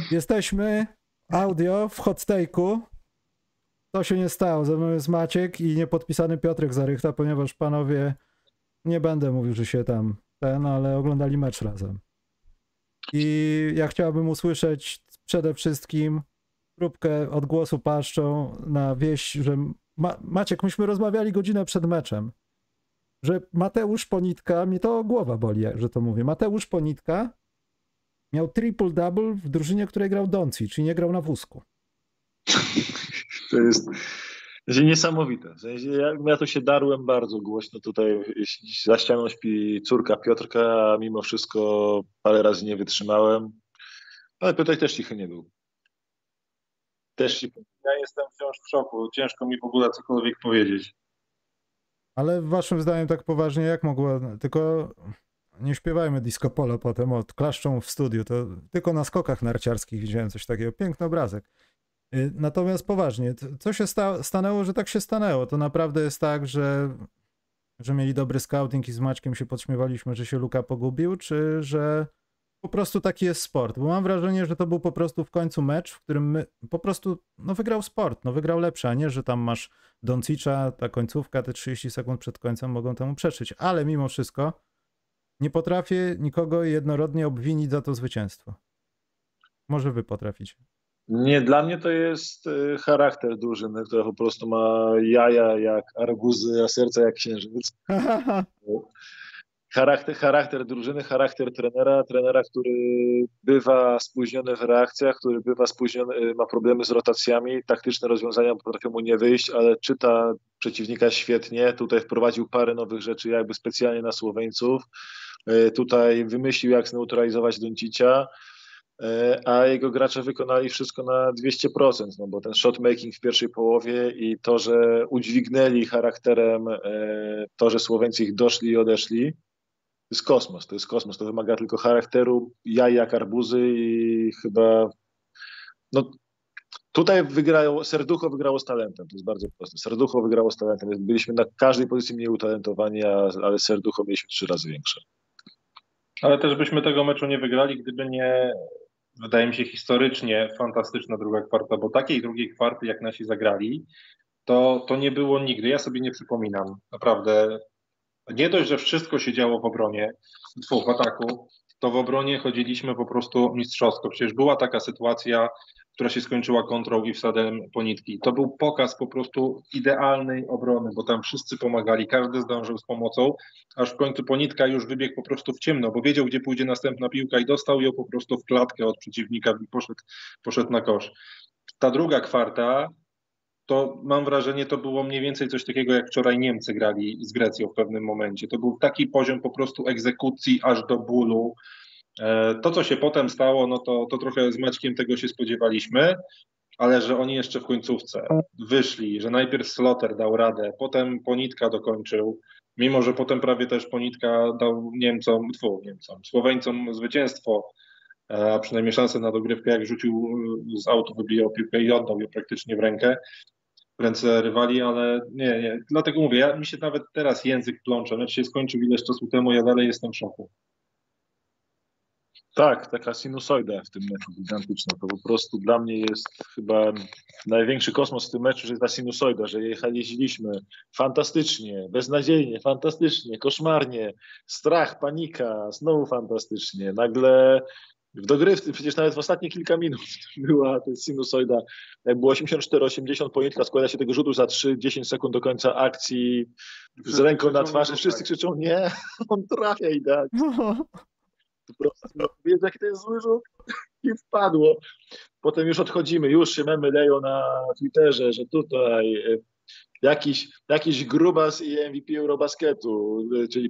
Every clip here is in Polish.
Jesteśmy, audio w hot take'u. To się nie stało. Ze mną jest Maciek i niepodpisany Piotrek Zarychta, ponieważ panowie, nie będę mówił, że się tam ale oglądali mecz razem. I ja chciałbym usłyszeć przede wszystkim próbkę odgłosu paszczą na wieść, że Maciek, myśmy rozmawiali godzinę przed meczem, że Mateusz Ponitka, mnie to głowa boli, że to mówię, Mateusz Ponitka miał triple-double w drużynie, której grał Doncic, czyli nie grał na wózku. To jest niesamowite. W sensie ja to się darłem bardzo głośno tutaj. Za ścianą śpi córka Piotrka, a mimo wszystko parę razy nie wytrzymałem. Ale Piotrek też cichy nie był. Ja jestem wciąż w szoku. Ciężko mi w ogóle cokolwiek powiedzieć. Ale waszym zdaniem tak poważnie jak mogło? Tylko nie śpiewajmy disco polo potem, klaszczą w studiu. To tylko na skokach narciarskich widziałem coś takiego. Piękny obrazek. Natomiast poważnie, co się stanęło, że tak się stanęło? To naprawdę jest tak, że mieli dobry scouting i z Maćkiem się podśmiewaliśmy, że się Luka pogubił, czy że po prostu taki jest sport? Bo mam wrażenie, że to był po prostu w końcu mecz, w którym po prostu wygrał sport, wygrał lepszy, a nie, że tam masz Doncicza, ta końcówka, te 30 sekund przed końcem mogą temu przeczyć, ale mimo wszystko nie potrafię nikogo jednorodnie obwinić za to zwycięstwo. Może wy potraficie. Nie, dla mnie to jest charakter drużyny, która po prostu ma jaja jak arbuzy, a serce jak księżyc. Charakter drużyny, charakter trenera, który bywa spóźniony w reakcjach, który bywa spóźniony, ma problemy z rotacjami, taktyczne rozwiązania potrafią mu nie wyjść, ale czyta przeciwnika świetnie. Tutaj wprowadził parę nowych rzeczy jakby specjalnie na Słoweńców. Tutaj wymyślił, jak zneutralizować Doncicia, a jego gracze wykonali wszystko na 200%, bo ten shotmaking w pierwszej połowie i to, że udźwignęli charakterem to, że Słoweńcy ich doszli i odeszli, to jest kosmos, to wymaga tylko charakteru, jaj jak arbuzy i chyba tutaj Serducho wygrało z talentem, to jest bardzo proste. Serducho wygrało z talentem, byliśmy na każdej pozycji mniej utalentowani, ale Serducho mieliśmy 3 razy większe. Ale też byśmy tego meczu nie wygrali, gdyby nie, wydaje mi się, historycznie fantastyczna druga kwarta, bo takiej drugiej kwarty, jak nasi zagrali, to nie było nigdy. Ja sobie nie przypominam. Naprawdę. Nie dość, że wszystko się działo w obronie, w ataku, to w obronie chodziliśmy po prostu mistrzowsko. Przecież była taka sytuacja, która się skończyła kontrą i wsadem Ponitki. To był pokaz po prostu idealnej obrony, bo tam wszyscy pomagali, każdy zdążył z pomocą, aż w końcu Ponitka już wybiegł po prostu w ciemno, bo wiedział, gdzie pójdzie następna piłka i dostał ją po prostu w klatkę od przeciwnika i poszedł na kosz. Ta druga kwarta, to mam wrażenie, to było mniej więcej coś takiego, jak wczoraj Niemcy grali z Grecją w pewnym momencie. To był taki poziom po prostu egzekucji aż do bólu. To, co się potem stało, no to trochę z Maćkiem tego się spodziewaliśmy, ale że oni jeszcze w końcówce wyszli, że najpierw Slaughter dał radę, potem Ponitka dokończył, mimo że potem prawie też Ponitka dał Słoweńcom zwycięstwo, a przynajmniej szansę na dogrywkę, jak rzucił z autu, wybijał piłkę i oddał ją praktycznie w ręce rywali, ale nie. Dlatego mówię, mi się nawet teraz język plącze. Mecz się skończył ileś czasu temu, ja dalej jestem w szoku. Tak, taka sinusoida w tym meczu gigantyczna. To po prostu dla mnie jest chyba największy kosmos w tym meczu, że jest ta sinusoida, że jeździliśmy fantastycznie, beznadziejnie, fantastycznie, koszmarnie, strach, panika, znowu fantastycznie. Nagle w dogrywce, przecież nawet w ostatnie kilka minut była ta sinusoida. Jak było 84-80, Ponitka składa się tego rzutu za 3-10 sekund do końca akcji, z ręką na twarzy, wszyscy krzyczą nie, on trafia idealnie. Po prostu, wiesz, jaki to jest zły rzut? I wpadło. Potem już odchodzimy, już się memy leją na Twitterze, że tutaj jakiś grubas i MVP Eurobasketu, czyli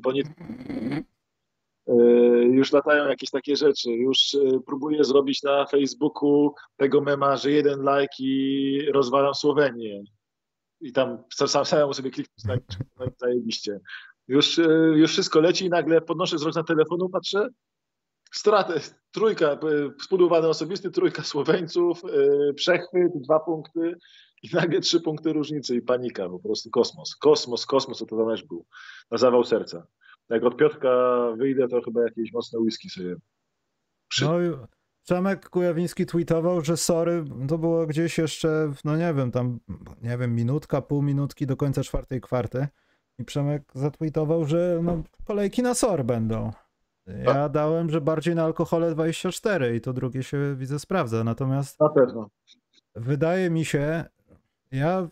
już latają jakieś takie rzeczy, już próbuję zrobić na Facebooku tego mema, że 1 like i rozwalam Słowenię. I tam samemu sobie kliknąć, no i zajebiście. Już wszystko leci i nagle podnoszę wzrok na telefonu, patrzę, stratę, trójka, współdowany osobisty, trójka Słoweńców, przechwyt, 2 punkty i nagle 3 punkty różnicy i panika, po prostu kosmos, co to za mecz był, na zawał serca. Jak od Piotrka wyjdę, to chyba jakieś mocne whisky sobie No Przemek Kujawiński tweetował, że sorry, to było gdzieś jeszcze, no nie wiem, tam, nie wiem, minutka, pół minutki do końca 4. kwarty. I Przemek zatweetował, że no, kolejki na SOR będą. Ja dałem, że bardziej na alkohole 24 i to drugie się, widzę, sprawdza. Natomiast Na pewno. wydaje mi się, ja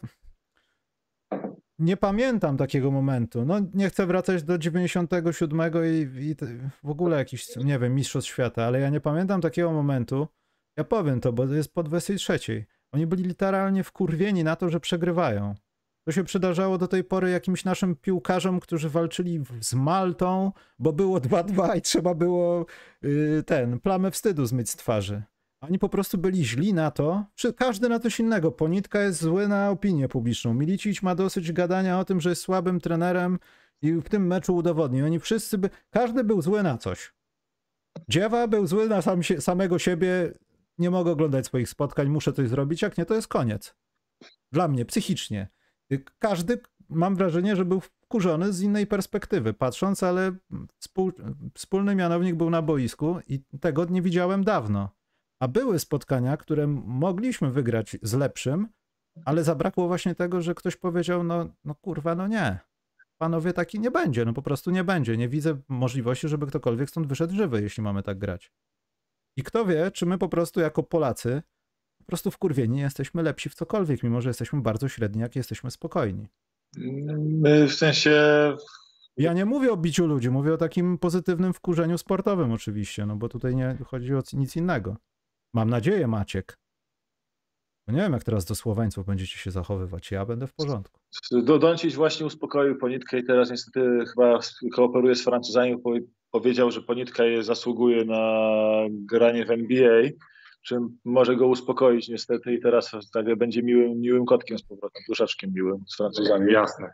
nie pamiętam takiego momentu. No nie chcę wracać do 97 i w ogóle jakiś, nie wiem, mistrzostw świata, ale ja nie pamiętam takiego momentu. Ja powiem to, bo to jest po 23. Oni byli literalnie wkurwieni na to, że przegrywają. To się przydarzało do tej pory jakimś naszym piłkarzom, którzy walczyli z Maltą, bo było 2-2 i trzeba było plamę wstydu zmyć z twarzy. Oni po prostu byli źli na to, każdy na coś innego. Ponitka jest zły na opinię publiczną. Milicic ma dosyć gadania o tym, że jest słabym trenerem i w tym meczu udowodni. Oni wszyscy, każdy był zły na coś. Dziewa był zły na samego siebie. Nie mogę oglądać swoich spotkań, muszę coś zrobić, jak nie, to jest koniec. Dla mnie, psychicznie. Każdy, mam wrażenie, że był wkurzony z innej perspektywy, patrząc, ale wspólny mianownik był na boisku i tego nie widziałem dawno. A były spotkania, które mogliśmy wygrać z lepszym, ale zabrakło właśnie tego, że ktoś powiedział, no kurwa, no nie. Panowie, taki nie będzie, no po prostu nie będzie. Nie widzę możliwości, żeby ktokolwiek stąd wyszedł żywy, jeśli mamy tak grać. I kto wie, czy my po prostu jako Polacy po prostu wkurwieni jesteśmy lepsi w cokolwiek, mimo że jesteśmy bardzo średni, jak jesteśmy spokojni. My w sensie... Ja nie mówię o biciu ludzi, mówię o takim pozytywnym wkurzeniu sportowym oczywiście, no bo tutaj nie chodzi o nic innego. Mam nadzieję, Maciek. Bo nie wiem, jak teraz do Słoweńców będziecie się zachowywać. Ja będę w porządku. Doncic właśnie uspokoił Ponitkę i teraz niestety chyba kooperuje z Francuzami, powiedział, że Ponitka zasługuje na granie w NBA, czym może go uspokoić niestety i teraz tak będzie miłym kotkiem z powrotem, duszaczkiem miłym z Francuzami. Jasne.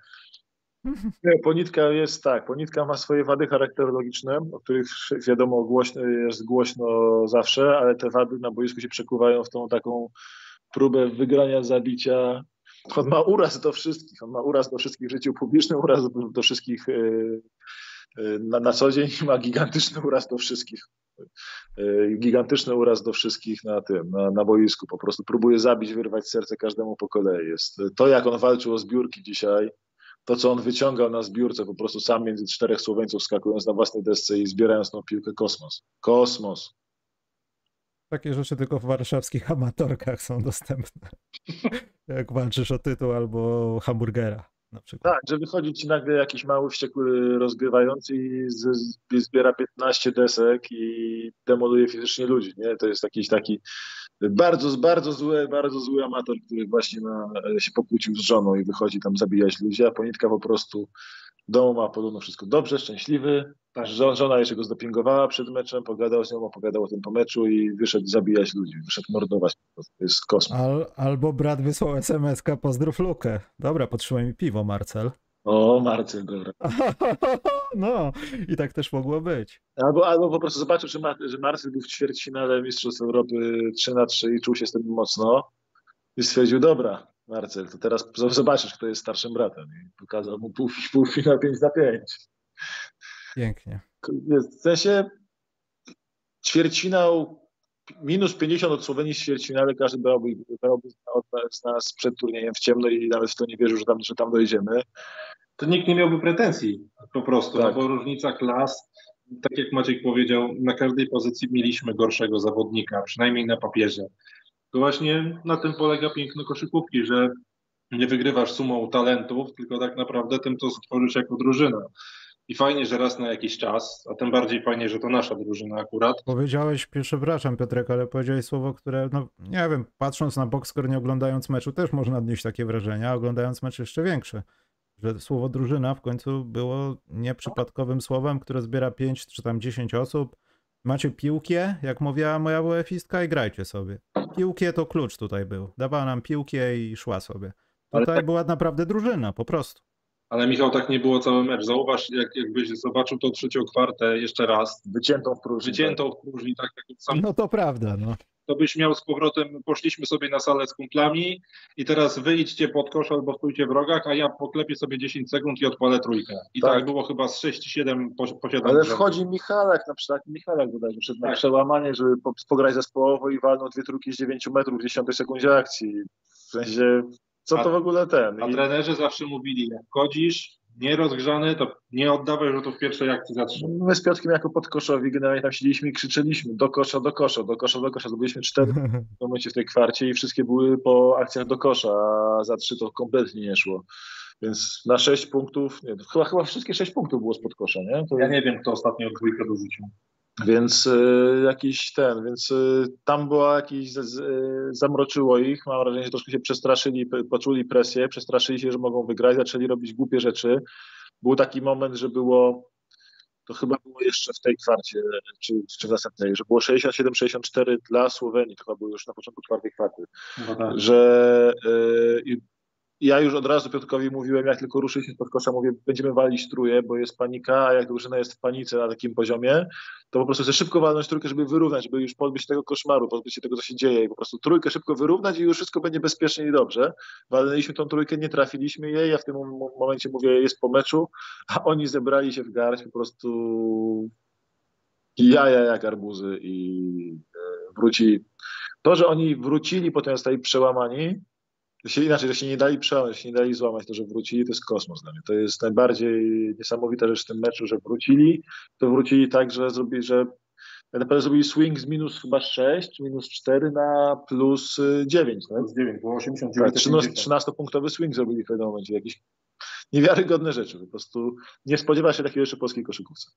Ponitka ma swoje wady charakterologiczne, o których wiadomo jest głośno zawsze, ale te wady na boisku się przekuwają w tą taką próbę wygrania, zabicia. On ma uraz do wszystkich, w życiu publicznym, uraz do wszystkich na co dzień i ma gigantyczny uraz do wszystkich. Gigantyczny uraz do wszystkich na boisku. Po prostu próbuje zabić, wyrwać serce każdemu po kolei. Jest to, jak on walczył o zbiórki dzisiaj, to, co on wyciągał na zbiórce, po prostu sam między 4 Słoweńców skakując na własnej desce i zbierając tą piłkę, kosmos. Kosmos. Takie rzeczy tylko w warszawskich amatorkach są dostępne. Jak walczysz o tytuł albo hamburgera na przykład. Tak, że wychodzi ci nagle jakiś mały wściekły rozgrywający i zbiera 15 desek i demoluje fizycznie ludzi. Nie? To jest jakiś taki bardzo zły amator, który właśnie się pokłócił z żoną i wychodzi tam zabijać ludzi, a Ponitka po prostu w domu ma podobno wszystko dobrze, szczęśliwy. Żona jeszcze go zdopingowała przed meczem, opowiadał o tym po meczu i wyszedł zabijać ludzi, wyszedł mordować. To jest kosmos. Albo brat wysłał SMS-ka, pozdrów Lukę. Dobra, potrzymaj mi piwo, Marcel. O, Marcel, dobra. No, i tak też mogło być. Albo po prostu zobaczył, że Marcel był w ćwierćfinale Mistrzostw Europy 3-3 i czuł się z tym mocno i stwierdził, dobra, Marcel, to teraz zobaczysz, kto jest starszym bratem. I pokazał mu półfinał 5-5. Pięknie. W sensie ćwierćfinał minus 50 od Słowenii w ćwierćfinale, każdy brałby z nas przed turniejem w ciemno i nawet w to nie wierzył, że tam dojdziemy. To nikt nie miałby pretensji po prostu, Tak. No bo różnica klas, tak jak Maciek powiedział, na każdej pozycji mieliśmy gorszego zawodnika, przynajmniej na papierze. To właśnie na tym polega piękno koszykówki, że nie wygrywasz sumą talentów, tylko tak naprawdę tym, co stworzysz jako drużyna. I fajnie, że raz na jakiś czas, a tym bardziej fajnie, że to nasza drużyna akurat. Powiedziałeś, przepraszam Piotrek, ale powiedziałeś słowo, które, no nie wiem, patrząc na boxscore, nie oglądając meczu, też można odnieść takie wrażenia, a oglądając mecz jeszcze większe. Że słowo drużyna w końcu było nieprzypadkowym słowem, które zbiera 5 czy tam 10 osób. Macie piłkę, jak mówiła moja WF-istka, i grajcie sobie. Piłkę to klucz tutaj był. Dawała nam piłkę i szła sobie. Tutaj była naprawdę drużyna, po prostu. Ale Michał, tak nie było cały mecz. Zauważ, jakbyś zobaczył tą trzecią kwartę jeszcze raz. Wyciętą w próżni. Tak samo. No to prawda, no. to byś miał z powrotem, poszliśmy sobie na salę z kumplami i teraz wyjdźcie pod kosz albo stójcie w rogach, a ja poklepię sobie 10 sekund i odpalę trójkę. I tak było chyba z 6-7 posiadanych. Ale wchodzi Michalak, na przykład Michalak bodajże przed na przełamanie, żeby pograć zespołowo i walnął 2 trójki z 9 metrów w 10 sekundzie akcji. W sensie, co to w ogóle ten? A trenerzy zawsze mówili, jak wchodzisz nierozgrzany, to nie oddawaj rzutu w pierwszej akcji za 3. My z Piotrkiem jako podkoszowi generalnie tam siedzieliśmy i krzyczeliśmy do kosza, do kosza, do kosza, do kosza. Zdobyliśmy 4 w momencie w tej kwarcie i wszystkie były po akcjach do kosza, a za 3 to kompletnie nie szło. Więc na 6 punktów, nie, chyba wszystkie 6 punktów było spod kosza, nie? To ja nie wiem, kto ostatnio dwójkę dorzucił. Więc tam było jakieś, zamroczyło ich, mam wrażenie, że troszkę się przestraszyli, poczuli presję, przestraszyli się, że mogą wygrać, zaczęli robić głupie rzeczy. Był taki moment, że to chyba było jeszcze w tej kwarcie, czy w następnej, że było 67-64 dla Słowenii, to chyba było już na początku czwartej kwarty, no tak. że ja już od razu Piotrkowi mówiłem, jak tylko ruszy się spod kosza, mówię, będziemy walić trójkę, bo jest panika, a jak drużyna jest w panice na takim poziomie, to po prostu chcę szybko walnąć trójkę, żeby wyrównać, żeby już pozbyć się tego koszmaru, pozbyć się tego, co się dzieje i po prostu trójkę szybko wyrównać i już wszystko będzie bezpiecznie i dobrze. Walnęliśmy tą trójkę, nie trafiliśmy jej, ja w tym momencie mówię, jest po meczu, a oni zebrali się w garść, po prostu jaja jak arbuzy i wrócili. To, że oni wrócili, potem zostali przełamani, że się nie dali przełamać, że się nie dali złamać, to, że wrócili, to jest kosmos dla mnie. To jest najbardziej niesamowita rzecz w tym meczu, że wrócili tak, że naprawdę zrobili swing z minus chyba 6, czy minus 4 na plus 9. Tak? Plus 9, było 89. Tak, 13-punktowy swing zrobili w pewnym momencie. Jakieś niewiarygodne rzeczy. Po prostu nie spodziewa się takiego jeszcze polskiej koszykówce.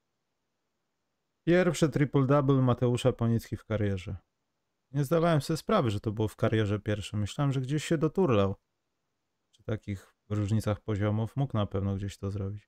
Pierwszy triple-double Mateusza Ponicki w karierze. Nie zdawałem sobie sprawy, że to było w karierze pierwsze. Myślałem, że gdzieś się doturlał. Przy takich różnicach poziomów mógł na pewno gdzieś to zrobić.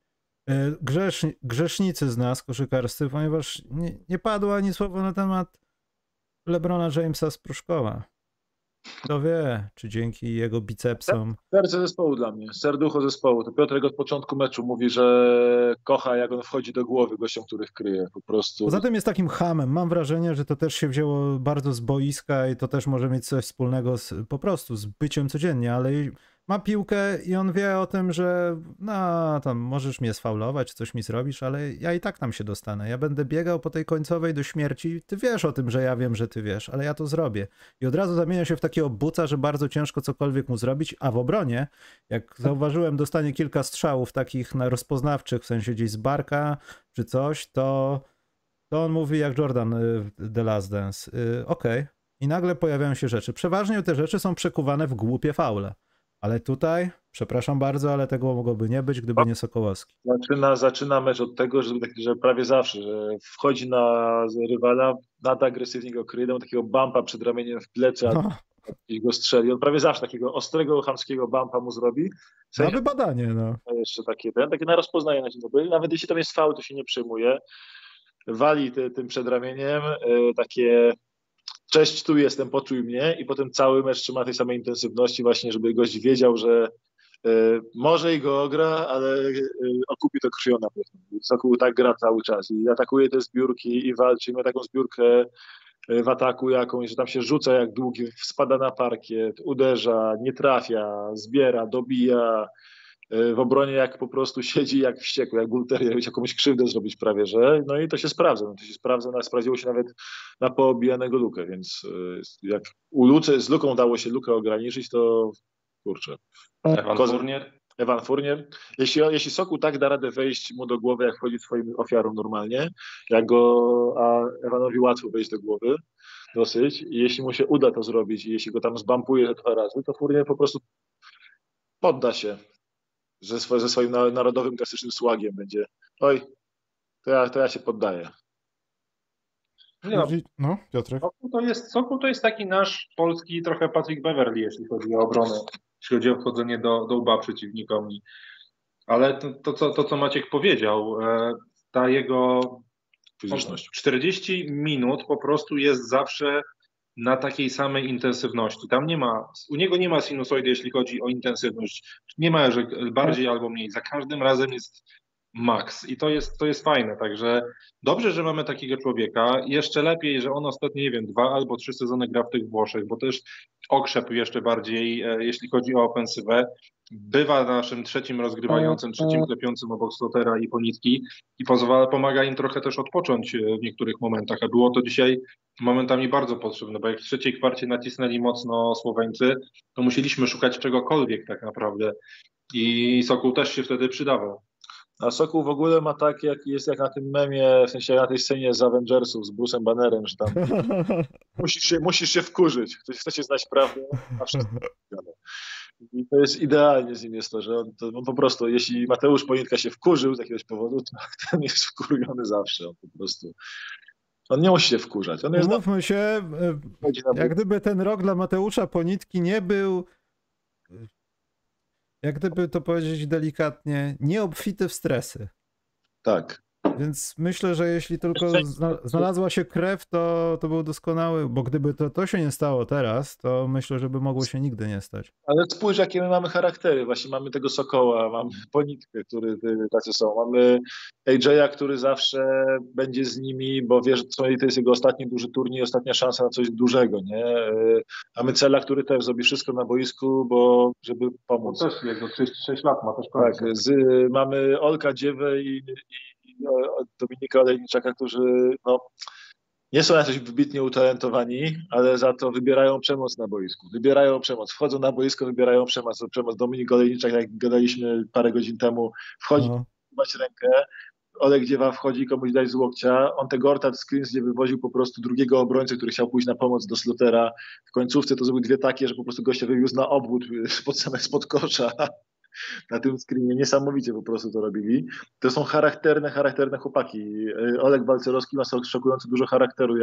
Grzesznicy z nas, koszykarscy, ponieważ nie padło ani słowo na temat LeBrona Jamesa z Pruszkowa. Kto wie, czy dzięki jego bicepsom... Serce zespołu dla mnie, serducho zespołu. To Piotrek od początku meczu mówi, że kocha, jak on wchodzi do głowy gościom, których kryje. Po prostu. Poza tym jest takim chamem. Mam wrażenie, że to też się wzięło bardzo z boiska i to też może mieć coś wspólnego po prostu z byciem codziennie, ale ma piłkę i on wie o tym, że no tam możesz mnie sfaulować, coś mi zrobisz, ale ja i tak tam się dostanę. Ja będę biegał po tej końcowej do śmierci. Ty wiesz o tym, że ja wiem, że ty wiesz, ale ja to zrobię. I od razu zamienia się w takiego buca, że bardzo ciężko cokolwiek mu zrobić, a w obronie, jak zauważyłem, dostanie kilka strzałów takich rozpoznawczych, w sensie gdzieś z barka czy coś, to on mówi jak Jordan The Last Dance. Okej. I nagle pojawiają się rzeczy. Przeważnie te rzeczy są przekuwane w głupie faule. Ale tutaj, przepraszam bardzo, ale tego mogłoby nie być, gdyby nie Sokołowski. Zaczyna mecz od tego, że prawie zawsze, że wchodzi na rywala, nada agresywnie go kryje, takiego bumpa przed ramieniem w plecy, a go strzeli. On prawie zawsze takiego ostrego, chamskiego bumpa mu zrobi. Na wybadanie, no. Jeszcze takie na rozpoznanie na dzień dobry. Nawet jeśli tam jest faul, to się nie przejmuje. Wali tym przed ramieniem, takie cześć, tu jestem, poczuj mnie i potem cały mecz trzyma tej samej intensywności właśnie, żeby gość wiedział, że może i go ogra, ale okupi to krwią na pewno. Sokół tak gra cały czas i atakuje te zbiórki i walczy. Ma taką zbiórkę w ataku jakąś, że tam się rzuca jak długi, spada na parkiet, uderza, nie trafia, zbiera, dobija. W obronie jak po prostu siedzi jak wściekły, jak bull terrier, chciał komuś krzywdę zrobić prawie, że no i to się sprawdza. Sprawdziło się nawet na poobijanego Lukę, więc jak z Luką dało się Lukę ograniczyć, to kurczę. Evan Fournier. Jeśli Sokół tak da radę wejść mu do głowy, jak wchodzi swoim ofiarom normalnie, a Ewanowi łatwo wejść do głowy dosyć i jeśli mu się uda to zrobić i jeśli go tam zbampuje 2 razy, to Fournier po prostu podda się ze swoim narodowym, klasycznym słagiem będzie. Oj, to ja się poddaję. No, Piotrek. Sokół to jest taki nasz polski trochę Patrick Beverly, jeśli chodzi o obronę, jeśli chodzi o wchodzenie do łba przeciwnikom. Ale to, co Maciek powiedział, ta jego fizyczność. 40 minut po prostu jest zawsze na takiej samej intensywności. U niego nie ma sinusoidy, jeśli chodzi o intensywność. Nie ma, że bardziej albo mniej. Za każdym razem Max. I to jest fajne, także dobrze, że mamy takiego człowieka. Jeszcze lepiej, że on ostatnio, nie wiem, 2 albo 3 sezony gra w tych Włoszech, bo też okrzepł jeszcze bardziej, jeśli chodzi o ofensywę. Bywa naszym trzecim rozgrywającym, trzecim klepiącym obok Slotera i Ponitki i pomaga im trochę też odpocząć w niektórych momentach, a było to dzisiaj momentami bardzo potrzebne, bo jak w trzeciej kwarcie nacisnęli mocno Słoweńcy, to musieliśmy szukać czegokolwiek tak naprawdę i Sokół też się wtedy przydawał. A Sokół w ogóle ma tak, jak na tym memie, w sensie na tej scenie z Avengersów, z Bruce'em Bannerem, że tam musisz się wkurzyć. Ktoś chce znać prawdę, a wszystko. I to jest idealnie z nim jest to, że on po prostu, jeśli Mateusz Ponitka się wkurzył z jakiegoś powodu, to ten jest wkurwiony zawsze. On nie musi się wkurzać. On jest Mówmy się, jak gdyby ten rok dla Mateusza Ponitki nie był, jak gdyby to powiedzieć delikatnie, nieobfity w stresy. Tak. Więc myślę, że jeśli tylko znalazła się krew, to był doskonały, bo gdyby to się nie stało teraz, to myślę, że by mogło się nigdy nie stać. Ale spójrz, jakie my mamy charaktery. Właśnie mamy tego Sokoła, mamy Ponitkę, który tacy są. Mamy AJ'a, który zawsze będzie z nimi, bo wie, że to jest jego ostatni duży turniej, ostatnia szansa na coś dużego, nie? Mamy Cela, który też zrobi wszystko na boisku, żeby pomóc. Też jego 36 lat ma też. Tak, mamy Olka Dziewę i Dominika Olejniczaka, którzy nie są jakoś wybitnie utalentowani, ale za to wybierają przemoc na boisku. Wybierają przemoc. Wchodzą na boisko, wybierają przemoc. Dominik Olejniczak, jak gadaliśmy parę godzin temu, wchodzi, mać rękę, Olek Dziewa wchodzi, komuś dać z łokcia. On tego Ortat Screens, gdzie wywoził po prostu drugiego obrońcę, który chciał pójść na pomoc do Slotera. W końcówce to zrobił 2 takie, że po prostu gościa wywiózł na obwód spod kosza. Na tym screenie niesamowicie po prostu to robili. To są charakterne chłopaki. Olek Balcerowski ma szokująco dużo charakteru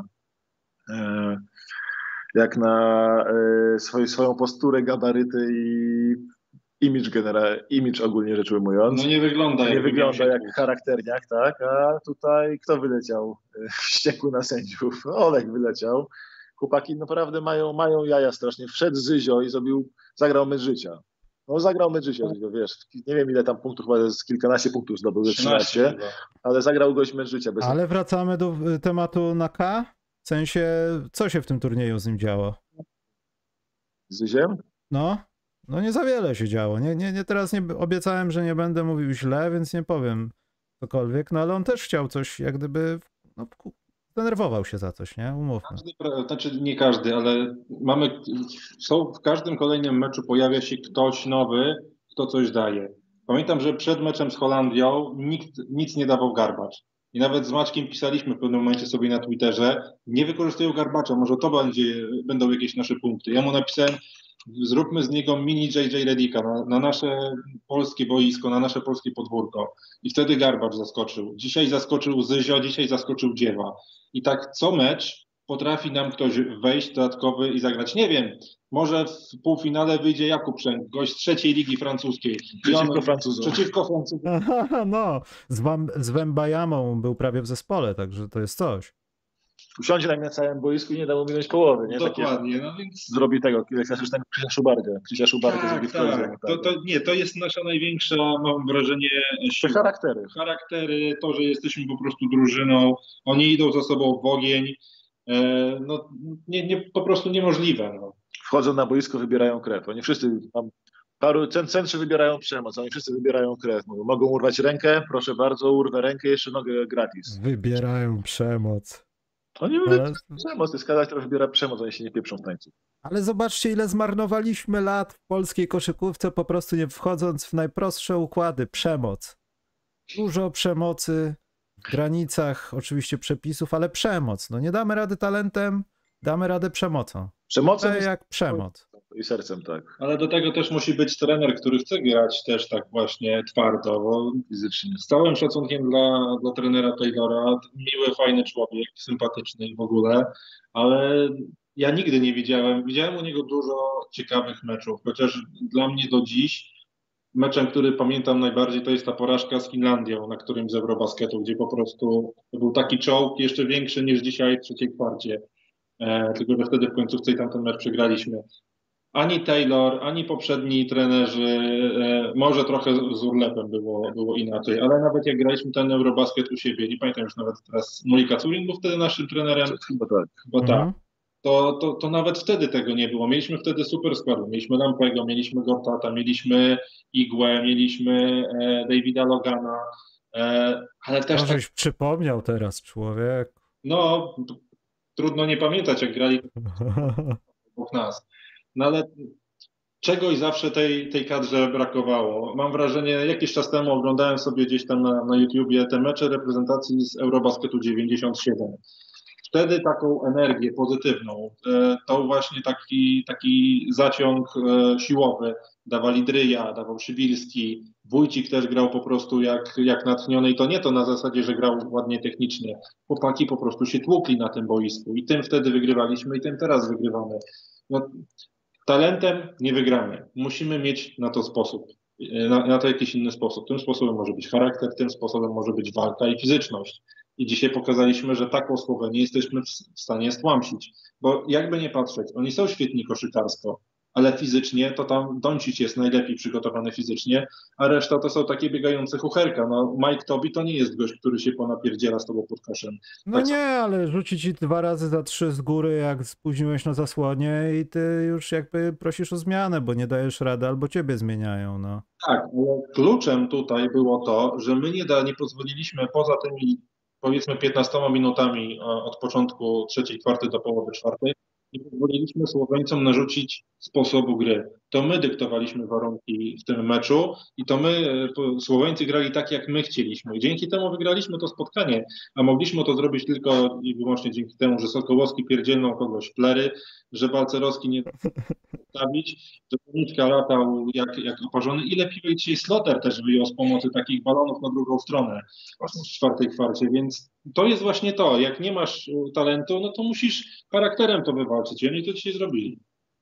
jak na swoją posturę, gabaryty i image ogólnie rzecz ujmując. No nie wygląda jak charakterniak, tak? A tutaj kto wyleciał wściekły na sędziów? Olek wyleciał. Chłopaki naprawdę mają jaja strasznie. Wszedł Zyzio i zagrał mecz życia. No zagrał mecz życia, wiesz, nie wiem ile tam punktów, chyba z kilkanaście punktów zdobył, 13, ale zagrał gość mecz życia. Ale wracamy do tematu na K, w sensie, co się w tym turnieju z nim działo? Z Zyziem? No nie za wiele się działo. Teraz nie obiecałem, że nie będę mówił źle, więc nie powiem cokolwiek, no ale on też chciał coś, jak gdyby, zdenerwował się za coś, nie? Umówmy. Znaczy nie każdy, ale w każdym kolejnym meczu pojawia się ktoś nowy, kto coś daje. Pamiętam, że przed meczem z Holandią nikt nic nie dawał Garbacz. I nawet z Maćkiem pisaliśmy w pewnym momencie sobie na Twitterze, nie wykorzystują Garbacza, może to będą jakieś nasze punkty. Ja mu napisałem, zróbmy z niego mini JJ Redicka na nasze polskie boisko, na nasze polskie podwórko. I wtedy Garbacz zaskoczył. Dzisiaj zaskoczył Zyzio, dzisiaj zaskoczył Dziewa. I tak co mecz potrafi nam ktoś wejść dodatkowy i zagrać. Nie wiem, może w półfinale wyjdzie Jakub Szęk, gość z 3. ligi francuskiej. Przeciwko Francuzom. No, z Wembajamą był prawie w zespole, także to jest coś. Usiądzie na całym boisku i nie da mu minąć połowy. Nie? Dokładnie. No więc... Zrobi tego, jak już ten Krzysia Szubargę zrobi w Polsce. To jest nasza największa, mam wrażenie, siła. Charaktery, to, że jesteśmy po prostu drużyną, oni idą za sobą w ogień, po prostu niemożliwe. No. Wchodzą na boisko, wybierają krew. Oni wszyscy, centrzy wybierają przemoc, oni wszyscy wybierają krew. Mogą urwać rękę, proszę bardzo, urwę rękę, jeszcze nogę gratis. Wybierają przemoc. Oni wybierają przemoc, to jest kadra, która wybiera przemoc, oni się nie pieprzą w tańcu. Ale zobaczcie, ile zmarnowaliśmy lat w polskiej koszykówce, po prostu nie wchodząc w najprostsze układy. Przemoc. Dużo przemocy w granicach oczywiście przepisów, ale przemoc. No nie damy rady talentem, damy radę przemocą. Przemocą jak przemoc. I sercem, tak. Ale do tego też musi być trener, który chce grać też tak właśnie twardo, bo fizycznie. Z całym szacunkiem dla trenera Taylora, miły, fajny człowiek, sympatyczny w ogóle, ale ja nigdy nie widziałem u niego dużo ciekawych meczów, chociaż dla mnie do dziś meczem, który pamiętam najbardziej, to jest ta porażka z Finlandią, na którym z Eurobasketu, gdzie po prostu to był taki czołg jeszcze większy niż dzisiaj w trzeciej kwarcie. Tylko że wtedy w końcówce i tamten mecz przegraliśmy. ani Taylor, ani poprzedni trenerzy, może trochę z Urlepem było inaczej, ale nawet jak graliśmy ten Eurobasket u siebie, nie pamiętam już nawet teraz, Molika Curin był wtedy naszym trenerem, Chyba tak. bo tak, to nawet wtedy tego nie było. Mieliśmy wtedy super skład, mieliśmy Lampego, mieliśmy Gortata, mieliśmy Igłę, mieliśmy Davida Logana, ale też... To żeś przypomniał teraz, człowiek. No, trudno nie pamiętać, jak grali obok nas. No ale czegoś zawsze tej kadrze brakowało. Mam wrażenie, jakiś czas temu oglądałem sobie gdzieś tam na YouTubie te mecze reprezentacji z Eurobasketu 97. Wtedy taką energię pozytywną, to właśnie taki zaciąg siłowy dawali Dryja, dawał Szywilski, Wójcik też grał po prostu jak natchniony i to nie to na zasadzie, że grał ładnie technicznie. Chłopaki po prostu się tłukli na tym boisku i tym wtedy wygrywaliśmy i tym teraz wygrywamy. No, talentem nie wygramy. Musimy mieć na to sposób, na to jakiś inny sposób. Tym sposobem może być charakter, tym sposobem może być walka i fizyczność. I dzisiaj pokazaliśmy, że taką Słowenię jesteśmy w stanie stłamsić. Bo jakby nie patrzeć, oni są świetni koszykarsko, ale fizycznie to tam Doncic jest najlepiej przygotowany fizycznie, a reszta to są takie biegające chucherka. No, Mike Tobi to nie jest gość, który się ponapierdziela z tobą pod koszem. No tak nie, ale rzuci ci 2 razy za 3 z góry, jak spóźniłeś na zasłonie i ty już jakby prosisz o zmianę, bo nie dajesz rady, albo ciebie zmieniają, no. Tak, ale kluczem tutaj było to, że my nie pozwoliliśmy poza tymi powiedzmy 15 minutami od początku trzeciej kwarty do połowy czwartej, nie pozwoliliśmy Słoweńcom narzucić sposobu gry. To my dyktowaliśmy warunki w tym meczu i to my, Słoweńcy, grali tak, jak my chcieliśmy. I dzięki temu wygraliśmy to spotkanie, a mogliśmy to zrobić tylko i wyłącznie dzięki temu, że Sokołowski pierdzielnął kogoś w plery, że Balcerowski nie stawić, że Nitka latał jak oparzony. Ile piłek dzisiaj Sloter też wyjął z pomocy takich balonów na drugą stronę w czwartej kwarcie, więc to jest właśnie to. Jak nie masz talentu, no to musisz charakterem to wywalczyć. I oni to dzisiaj zrobili.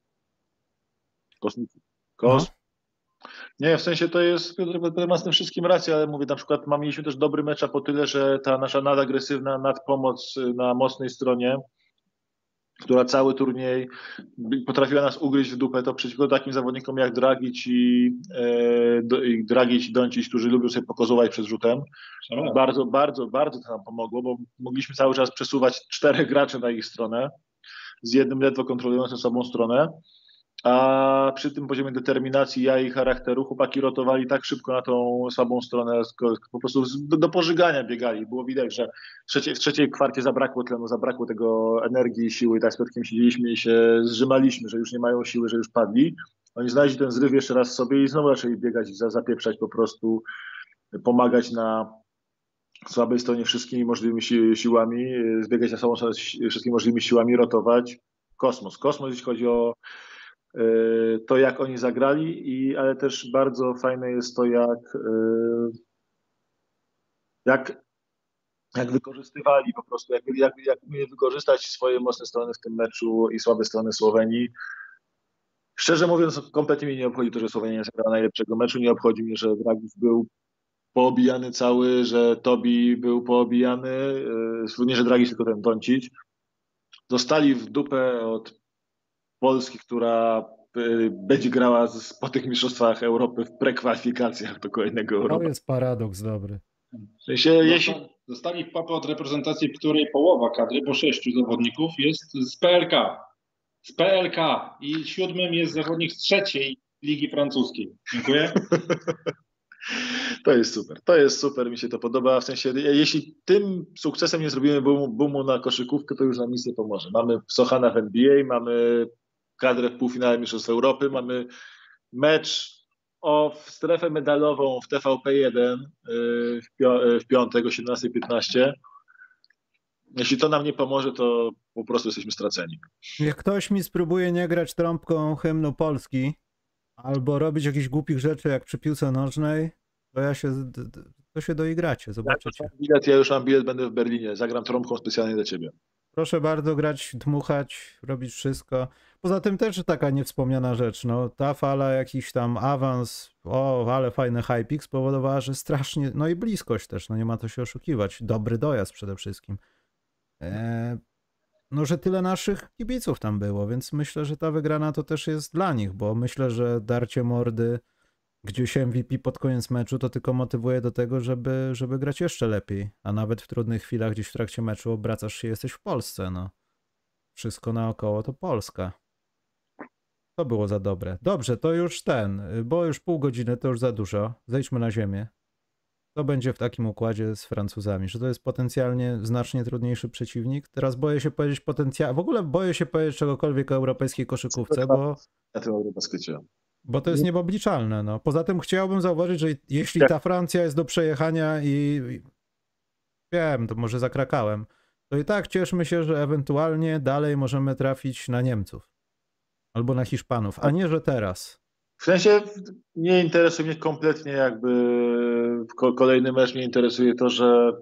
Nie, w sensie to jest, Piotr ma z tym wszystkim rację, ale mówię, na przykład mieliśmy też dobry mecz, a po tyle, że ta nasza nadagresywna nadpomoc na mocnej stronie, która cały turniej potrafiła nas ugryźć w dupę, to przeciwko takim zawodnikom jak Dragic i Doncic, którzy lubią sobie pokozować przed rzutem. Bardzo, bardzo, bardzo to nam pomogło, bo mogliśmy cały czas przesuwać 4 graczy na ich stronę, z jednym ledwo kontrolującym sobą stronę, a przy tym poziomie determinacji i charakteru chłopaki rotowali tak szybko na tą słabą stronę, po prostu do pożygania biegali. Było widać, że w trzeciej kwarcie zabrakło tlenu, zabrakło tego energii i siły i tak z Piotrkiem siedzieliśmy i się zrzymaliśmy, że już nie mają siły, że już padli. Oni znaleźli ten zryw jeszcze raz sobie i znowu zaczęli biegać i zapieprzać po prostu, pomagać na słabej stronie wszystkimi możliwymi siłami, zbiegać na sobą wszystkimi możliwymi siłami, rotować. Kosmos, jeśli chodzi o to, jak oni zagrali, ale też bardzo fajne jest to, jak wykorzystywali po prostu, jak umieli wykorzystać swoje mocne strony w tym meczu i słabe strony Słowenii. Szczerze mówiąc, kompletnie mnie nie obchodzi to, że Słowenia nie zagrała najlepszego meczu, nie obchodzi mnie, że Dragic był poobijany cały, że Tobi był poobijany, nie, że Dragic, tylko ten Doncic. Dostali w dupę od Polski, która będzie grała po tych mistrzostwach Europy w prekwalifikacjach do kolejnego Europy. To jest paradoks dobry. W sensie, dostali w papę od reprezentacji, w której połowa kadry, bo 6 zawodników jest z PLK. Z PLK i 7 jest zawodnik z 3. ligi francuskiej. Dziękuję. To jest super, mi się to podoba, w sensie, jeśli tym sukcesem nie zrobimy boomu na koszykówkę, to już nam nic nie pomoże. Mamy Sochana w NBA, mamy kadrę w półfinale Mistrzostw Europy, mamy mecz o strefę medalową w TVP1 w piątek o 17:15. Jeśli to nam nie pomoże, to po prostu jesteśmy straceni. Jak ktoś mi spróbuje nie grać trąbką hymnu Polski albo robić jakichś głupich rzeczy jak przy piłce nożnej, to się doigracie, zobaczycie. Ja już mam bilet, będę w Berlinie, zagram trąbką specjalnie dla ciebie. Proszę bardzo grać, dmuchać, robić wszystko. Poza tym też taka niewspomniana rzecz, no ta fala, jakiś tam awans, ale fajny hypik spowodowała, że strasznie, no i bliskość też, no nie ma to się oszukiwać, dobry dojazd przede wszystkim. no, że tyle naszych kibiców tam było, więc myślę, że ta wygrana to też jest dla nich, bo myślę, że darcie mordy gdzieś MVP pod koniec meczu to tylko motywuje do tego, żeby grać jeszcze lepiej, a nawet w trudnych chwilach gdzieś w trakcie meczu obracasz się, jesteś w Polsce, no. Wszystko naokoło to Polska. To było za dobre. Dobrze, to już bo już pół godziny to już za dużo. Zejdźmy na ziemię. To będzie w takim układzie z Francuzami, że to jest potencjalnie znacznie trudniejszy przeciwnik. Teraz boję się powiedzieć w ogóle boję się powiedzieć czegokolwiek o europejskiej koszykówce, Na tym Eurobaskecie. bo to jest nieobliczalne. No. Poza tym chciałbym zauważyć, że jeśli ta Francja jest do przejechania i wiem, to może zakrakałem, to i tak cieszmy się, że ewentualnie dalej możemy trafić na Niemców albo na Hiszpanów, a nie, że teraz. W sensie nie interesuje mnie kompletnie jakby kolejny mecz, mnie interesuje to, że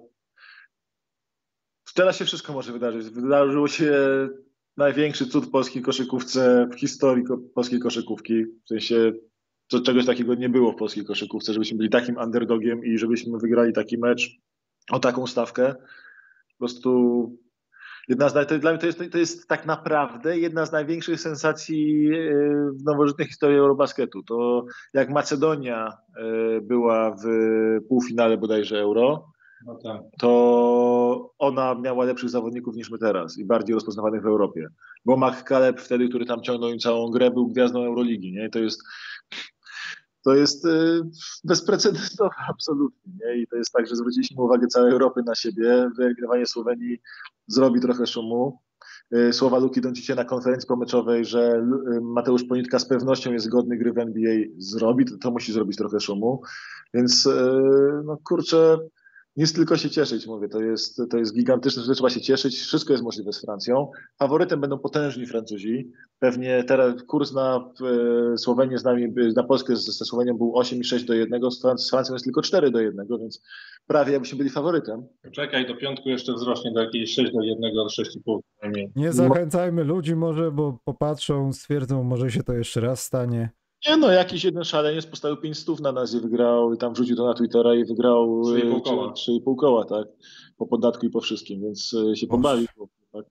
teraz się wszystko może wydarzyć. Wydarzyło się największy cud w polskiej koszykówce w historii polskiej koszykówki. W sensie czegoś takiego nie było w polskiej koszykówce, żebyśmy byli takim underdogiem i żebyśmy wygrali taki mecz o taką stawkę. Po prostu dla mnie to jest tak naprawdę jedna z największych sensacji w nowożytnej historii Eurobasketu. To jak Macedonia była w półfinale bodajże Euro, no tak. to ona miała lepszych zawodników niż my teraz i bardziej rozpoznawanych w Europie. Bo Caleb wtedy, który tam ciągnął im całą grę, był gwiazdą Euroligi. Nie? To jest bezprecedensowe absolutnie. Nie? I to jest tak, że zwróciliśmy uwagę całej Europy na siebie. Wygrywanie Słowenii zrobi trochę szumu. Słowa Luki Doncicia na konferencji pomeczowej, że Mateusz Ponitka z pewnością jest godny gry w NBA, zrobi, to musi zrobić trochę szumu. Więc no kurczę, nic tylko się cieszyć, mówię. To jest gigantyczne, że trzeba się cieszyć. Wszystko jest możliwe z Francją. Faworytem będą potężni Francuzi. Pewnie teraz kurs na Słowenię z nami, na Polskę ze Słowenią był 8,6-1, z Francją jest tylko 4-1, więc prawie jakbyśmy byli faworytem. Czekaj, do piątku jeszcze wzrośnie do jakiejś 6-1, 6,5 najmniej. Nie zachęcajmy ludzi może, bo popatrzą, stwierdzą, może się to jeszcze raz stanie. Nie no, jakiś jeden szaleniec postawił 500 na nas i wygrał, i tam wrzucił to na Twittera i wygrał 3,5 koła, tak? Po podatku i po wszystkim, więc się pobawił. Tak?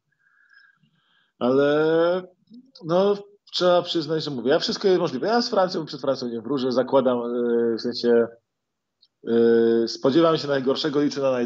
Ale no, trzeba przyznać, że mówię, wszystko jest możliwe. Ja przed Francją nie wróżę, zakładam, w sensie spodziewam się najgorszego,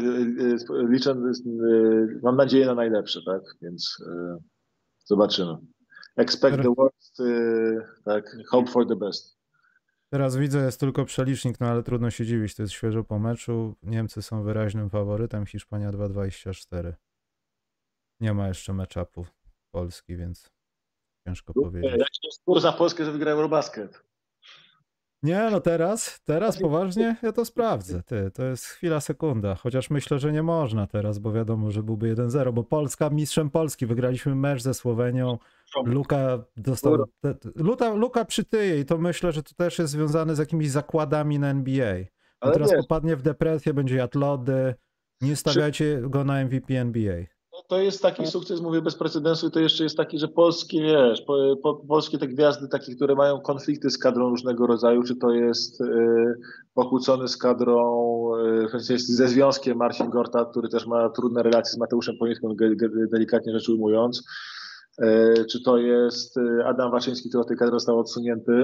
mam nadzieję na najlepsze, tak? Więc zobaczymy. Expect the worst, tak, hope for the best. Teraz widzę, jest tylko przelicznik, no ale trudno się dziwić, to jest świeżo po meczu. Niemcy są wyraźnym faworytem, Hiszpania 2,24. Nie ma jeszcze match-upów Polski, więc ciężko powiedzieć. Jaki jest kurs za Polskę, że wygra Eurobasket? Nie, no teraz poważnie ja to sprawdzę. To jest chwila, sekunda. Chociaż myślę, że nie można teraz, bo wiadomo, że byłby 1-0, bo Polska mistrzem Polski. Wygraliśmy mecz ze Słowenią. Luka dostał. Luka przytyje i to myślę, że to też jest związane z jakimiś zakładami na NBA. On teraz popadnie w depresję, będzie jadł lody. Nie stawiajcie go na MVP NBA. To jest taki sukces, mówię, bez precedensu i to jeszcze jest taki, że polskie, wiesz, polskie te gwiazdy takie, które mają konflikty z kadrą różnego rodzaju, czy to jest pokłócony z kadrą, ze związkiem Marcin Gortat, który też ma trudne relacje z Mateuszem Ponitką, delikatnie rzecz ujmując, czy to jest Adam Waczyński, który od tej kadry został odsunięty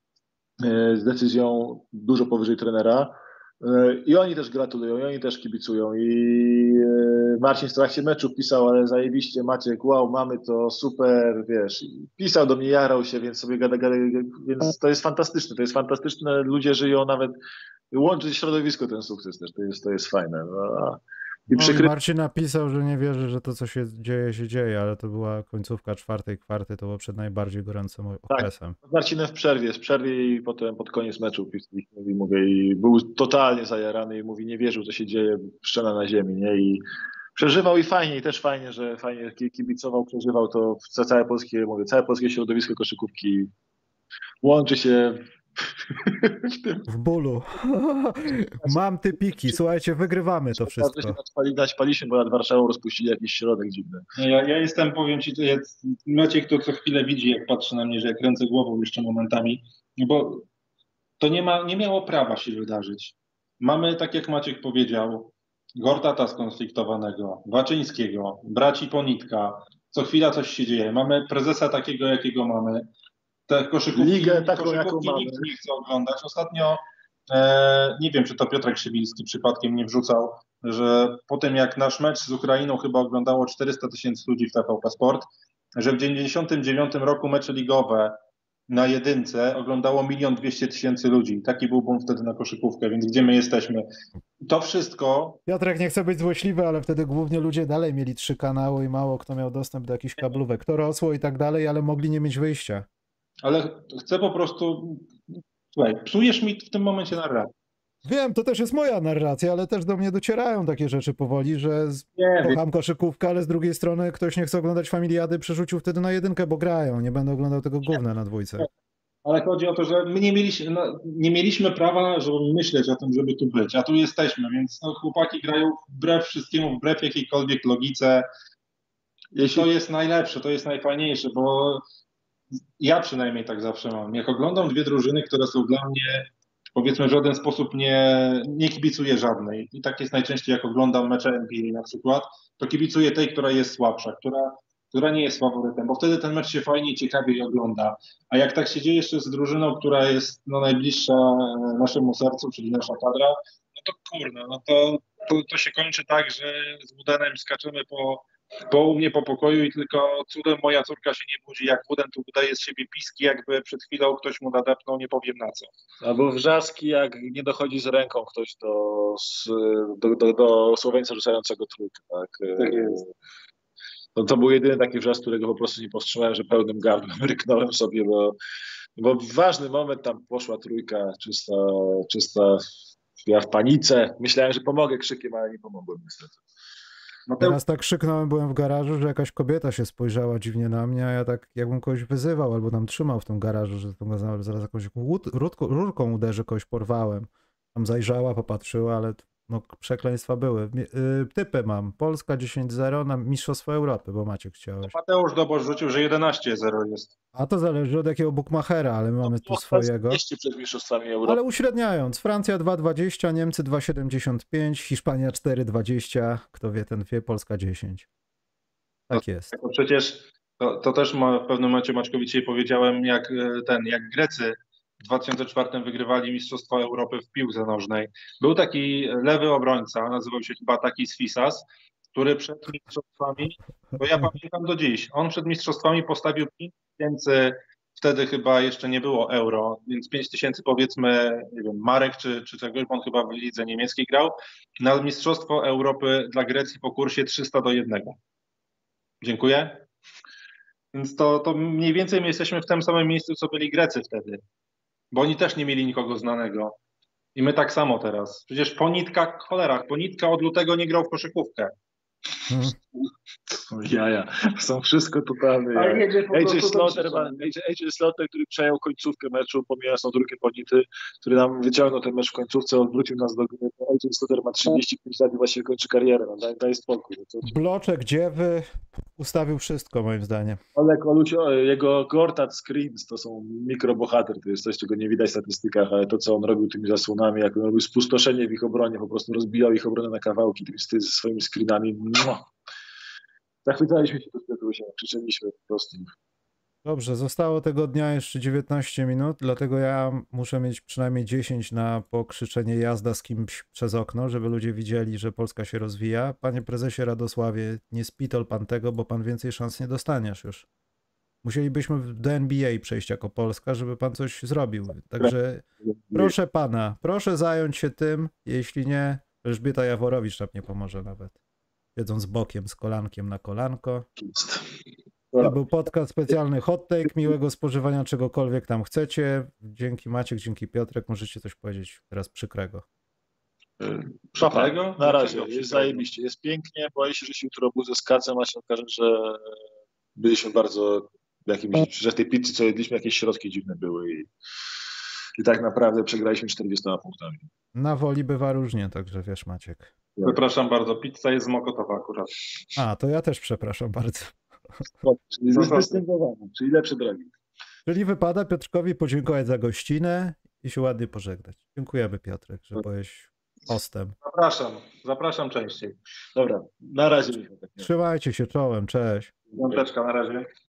z decyzją dużo powyżej trenera. I oni też gratulują, i oni też kibicują. I Marcin w trakcie meczu pisał, ale zajebiście Maciek, wow, mamy to, super, wiesz. Pisał do mnie, jarał się, więc sobie gada, więc to jest fantastyczne. Ludzie żyją nawet, łączy środowisko ten sukces też, to jest fajne. Marcin napisał, że nie wierzy, że to, co się dzieje, ale to była końcówka czwartej kwarty, to było przed najbardziej gorącym okresem. Tak, z Marcinem w przerwie i potem pod koniec meczu i był totalnie zajarany i mówi, nie wierzył, co się dzieje, szczena na ziemi, nie? I przeżywał i fajnie, i też fajnie, że fajnie kibicował, przeżywał to całe polskie środowisko koszykówki łączy się w bólu. Mam typiki, słuchajcie, wygrywamy to wszystko. Naćpaliśmy, bo nad Warszawą rozpuścili jakiś środek dziwny. Ja jestem, powiem ci, Maciek to co chwilę widzi, jak patrzy na mnie, że ja kręcę głową jeszcze momentami, bo to nie miało prawa się wydarzyć. Mamy, tak jak Maciek powiedział, Gortata skonfliktowanego, Waczyńskiego, braci Ponitka, co chwila coś się dzieje. Mamy prezesa takiego, jakiego mamy. Te koszykówki, Ligę taką, jaką mamy. Nikt nie chce oglądać. Ostatnio, nie wiem, czy to Piotrek Szybilski przypadkiem nie wrzucał, że po tym jak nasz mecz z Ukrainą chyba oglądało 400 000 ludzi w TVP Sport, że w 1999 roku mecze ligowe na jedynce oglądało 1 200 000 ludzi. Taki był boom wtedy na koszykówkę, więc gdzie my jesteśmy? To wszystko... Piotrek nie chce być złośliwy, ale wtedy głównie ludzie dalej mieli 3 kanały i mało kto miał dostęp do jakichś kablówek. To rosło i tak dalej, ale mogli nie mieć wyjścia. Ale chcę po prostu... Słuchaj, psujesz mi w tym momencie narrację. Wiem, to też jest moja narracja, ale też do mnie docierają takie rzeczy powoli, że kocham koszykówkę, ale z drugiej strony ktoś nie chce oglądać Familiady, przerzucił wtedy na jedynkę, bo grają. Nie będę oglądał tego gówna na dwójce. Ale chodzi o to, że my nie mieliśmy prawa, żeby myśleć o tym, żeby tu być, a tu jesteśmy, więc chłopaki grają wbrew wszystkiemu, wbrew jakiejkolwiek logice. To jest najlepsze, to jest najfajniejsze, bo ja przynajmniej tak zawsze mam. Jak oglądam dwie drużyny, które są dla mnie, powiedzmy, w żaden sposób nie kibicuję żadnej. I tak jest najczęściej, jak oglądam mecze NBA na przykład, to kibicuję tej, która jest słabsza, która nie jest faworytem, bo wtedy ten mecz się fajnie i ciekawiej ogląda. A jak tak się dzieje jeszcze z drużyną, która jest najbliższa naszemu sercu, czyli nasza kadra, no to kurna, to się kończy tak, że z Woodenem skaczemy u mnie po pokoju i tylko cudem moja córka się nie budzi, jak Wooden tu wydaje z siebie piski, jakby przed chwilą ktoś mu nadepnął, nie powiem na co. Albo wrzaski, jak nie dochodzi z ręką ktoś do Słoweńca rzucającego trójkę. Tak jest. To był jedyny taki wrzask, którego po prostu nie powstrzymałem, że pełnym gardłem ryknąłem sobie, bo w ważny moment tam poszła trójka, czysta. Ja w panice. Myślałem, że pomogę krzykiem, ale nie pomogłem niestety. Teraz tak krzyknąłem, byłem w garażu, że jakaś kobieta się spojrzała dziwnie na mnie, a ja tak jakbym kogoś wyzywał albo tam trzymał w tym garażu, że zaraz jakąś rurką uderzy, kogoś porwałem. Tam zajrzała, popatrzyła, ale no, przekleństwa były. Typy mam. Polska 10-0 na Mistrzostwo Europy, bo Maciek chciałeś. Mateusz Dobosz rzucił, że 11-0 jest. A to zależy od jakiego bookmachera, ale my mamy tu swojego. Przed Mistrzostwami Europy. Ale uśredniając, Francja 2,20, Niemcy 2,75, Hiszpania 4,20, kto wie, ten wie, Polska 10. Tak jest. To przecież to też w pewnym momencie Maćkowi dzisiaj powiedziałem, jak Grecy w 2004 wygrywali Mistrzostwa Europy w piłce nożnej. Był taki lewy obrońca, nazywał się chyba Takis Fisas, który przed mistrzostwami, to ja pamiętam do dziś, on przed mistrzostwami postawił 5000, wtedy chyba jeszcze nie było euro, więc 5000 powiedzmy, nie wiem, marek czy czegoś, bo on chyba w lidze niemieckiej grał, na Mistrzostwo Europy dla Grecji po kursie 300-1. Dziękuję. Więc to mniej więcej my jesteśmy w tym samym miejscu, co byli Grecy wtedy, bo oni też nie mieli nikogo znanego. I my tak samo teraz. Przecież Ponitka od lutego nie grał w koszykówkę. Jaja, są wszystko totalne. AJ Slaughter, który przejął końcówkę meczu, pomijając tą drugą Ponity, który nam wyciągnął ten mecz w końcówce, odwrócił nas do gry. AJ Slaughter ma 35 lat i właściwie kończy karierę. No, daj spokój. Bloczek, dziewy, ustawił wszystko moim zdaniem. Olek Olusio, jego Gortat Screens to są mikrobohater, to jest coś, czego nie widać w statystykach, ale to, co on robił tymi zasłonami, jak on robił spustoszenie w ich obronie, po prostu rozbijał ich obronę na kawałki ze swoimi screenami. Zachwycaliśmy się do tego, krzyczeliśmy po prostu. Dobrze, zostało tego dnia jeszcze 19 minut, dlatego ja muszę mieć przynajmniej 10 na pokrzyczenie jazda z kimś przez okno, żeby ludzie widzieli, że Polska się rozwija. Panie prezesie Radosławie, nie spitol pan tego, bo pan więcej szans nie dostaniesz już. Musielibyśmy do NBA przejść jako Polska, żeby pan coś zrobił. Także proszę pana, proszę zająć się tym, jeśli nie, Elżbieta Jaworowicz nam nie pomoże nawet. Siedząc bokiem z kolankiem na kolanko. To był podcast specjalny Hot Take. Miłego spożywania czegokolwiek tam chcecie. Dzięki Maciek, dzięki Piotrek. Możecie coś powiedzieć teraz przykrego. Przykrego? Na razie, jest zajebiście. Jest pięknie. Boję się, że się jutro obudzę z kacem, a się okaże, że byliśmy bardzo że w tej pizzy, co jedliśmy, jakieś środki dziwne były i tak naprawdę przegraliśmy 40 punktami. Na Woli bywa różnie, także wiesz, Maciek. Przepraszam bardzo, pizza jest z Mokotowa akurat. A, to ja też przepraszam bardzo. Czyli czyli lepsze drogi. Czyli wypada Piotrkowi podziękować za gościnę i się ładnie pożegnać. Dziękujemy, Piotrek, że byłeś hostem. Zapraszam częściej. Dobra, na razie. Trzymajcie się czołem, cześć. Piąteczka na razie.